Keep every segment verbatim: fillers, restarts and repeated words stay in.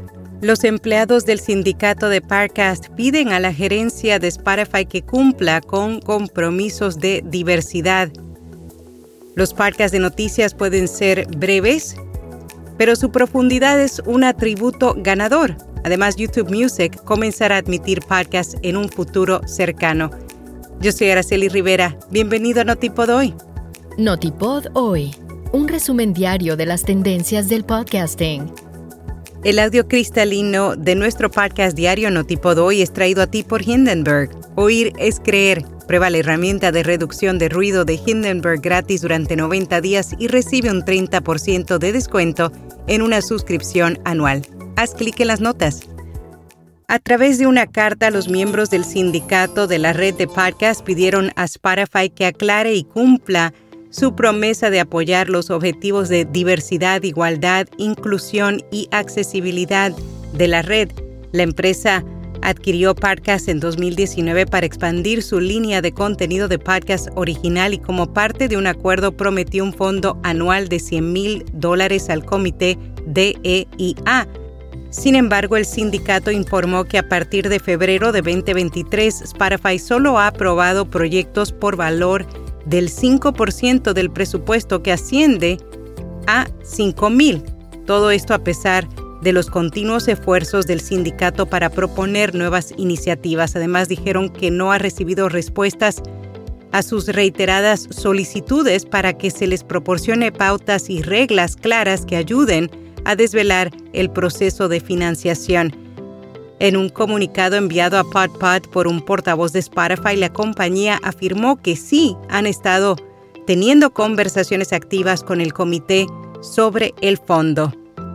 Los empleados del sindicato de Parcast piden a la gerencia de Spotify que cumpla con compromisos de diversidad. Los podcasts de noticias pueden ser breves, pero su profundidad es un atributo ganador. Además, YouTube Music comenzará a admitir podcasts en un futuro cercano. Yo soy Araceli Rivera. Bienvenido a Notipod Hoy. Notipod Hoy, un resumen diario de las tendencias del podcasting. El audio cristalino de nuestro podcast diario Notipod Hoy es traído a ti por Hindenburg. Oír es creer. Prueba la herramienta de reducción de ruido de Hindenburg gratis durante noventa días y recibe un treinta por ciento de descuento en una suscripción anual. Haz clic en las notas. A través de una carta, los miembros del sindicato de la red de podcast pidieron a Spotify que aclare y cumpla su promesa de apoyar los objetivos de diversidad, igualdad, inclusión y accesibilidad de la red. La empresa adquirió Parcast en dos mil diecinueve para expandir su línea de contenido de podcast original y como parte de un acuerdo prometió un fondo anual de cien mil dólares al comité D E I A. Sin embargo, el sindicato informó que a partir de febrero de veinte veintitrés, Spotify solo ha aprobado proyectos por valor del cinco por ciento del presupuesto, que asciende a cinco mil. Todo esto a pesar de los continuos esfuerzos del sindicato para proponer nuevas iniciativas. Además, dijeron que no ha recibido respuestas a sus reiteradas solicitudes para que se les proporcione pautas y reglas claras que ayuden a desvelar el proceso de financiación. En un comunicado enviado a PodPod por un portavoz de Spotify, la compañía afirmó que sí han estado teniendo conversaciones activas con el comité sobre el fondo.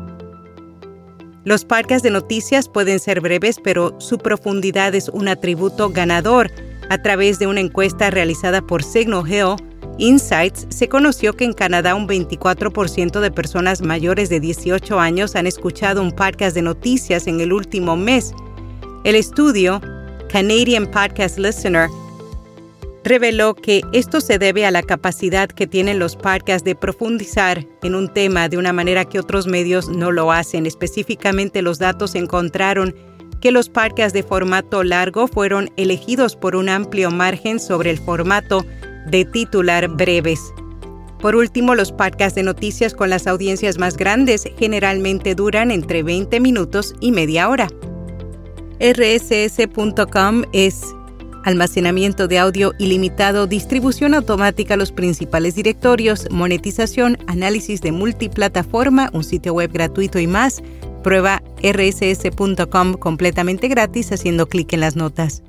Los podcasts de noticias pueden ser breves, pero su profundidad es un atributo ganador. A través de una encuesta realizada por Signal Hill Insights, se conoció que en Canadá un veinticuatro por ciento de personas mayores de dieciocho años han escuchado un podcast de noticias en el último mes. El estudio Canadian Podcast Listener reveló que esto se debe a la capacidad que tienen los podcasts de profundizar en un tema de una manera que otros medios no lo hacen. Específicamente, los datos encontraron que los podcasts de formato largo fueron elegidos por un amplio margen sobre el formato de titular breves. Por último, los podcasts de noticias con las audiencias más grandes generalmente duran entre veinte minutos y media hora. R S S punto com es almacenamiento de audio ilimitado, distribución automática a los principales directorios, monetización, análisis de multiplataforma, un sitio web gratuito y más. Prueba R S S punto com completamente gratis haciendo clic en las notas.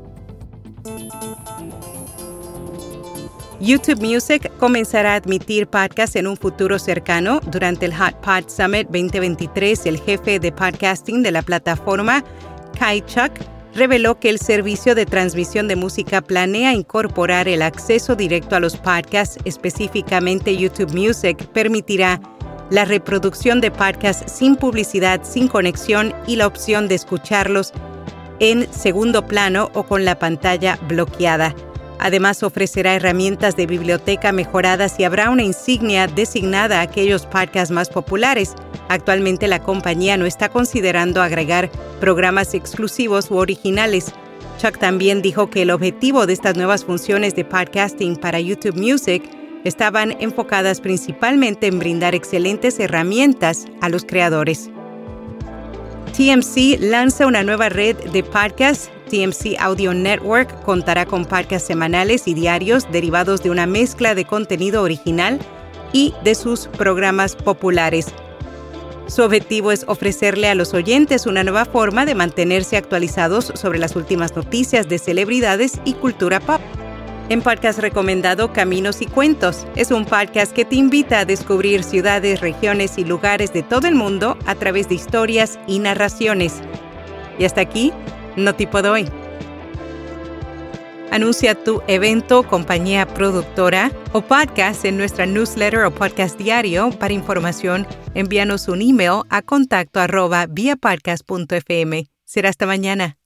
YouTube Music comenzará a admitir podcasts en un futuro cercano. Durante el Hot Pod Summit veinte veintitrés, el jefe de podcasting de la plataforma, Kai Chuck, reveló que el servicio de transmisión de música planea incorporar el acceso directo a los podcasts. Específicamente, YouTube Music permitirá la reproducción de podcasts sin publicidad, sin conexión y la opción de escucharlos en segundo plano o con la pantalla bloqueada. Además, ofrecerá herramientas de biblioteca mejoradas y habrá una insignia designada a aquellos podcasts más populares. Actualmente, la compañía no está considerando agregar programas exclusivos u originales. Chuck también dijo que el objetivo de estas nuevas funciones de podcasting para YouTube Music estaban enfocadas principalmente en brindar excelentes herramientas a los creadores. T M C lanza una nueva red de podcasts. T M C Audio Network contará con podcasts semanales y diarios derivados de una mezcla de contenido original y de sus programas populares. Su objetivo es ofrecerle a los oyentes una nueva forma de mantenerse actualizados sobre las últimas noticias de celebridades y cultura pop. En podcast recomendado Caminos y Cuentos, es un podcast que te invita a descubrir ciudades, regiones y lugares de todo el mundo a través de historias y narraciones. Y hasta aquí, Notipod Hoy. Anuncia tu evento, compañía productora o podcast en nuestra newsletter o podcast diario. Para información, envíanos un email a contacto arroba vía podcast punto f m. Será hasta mañana.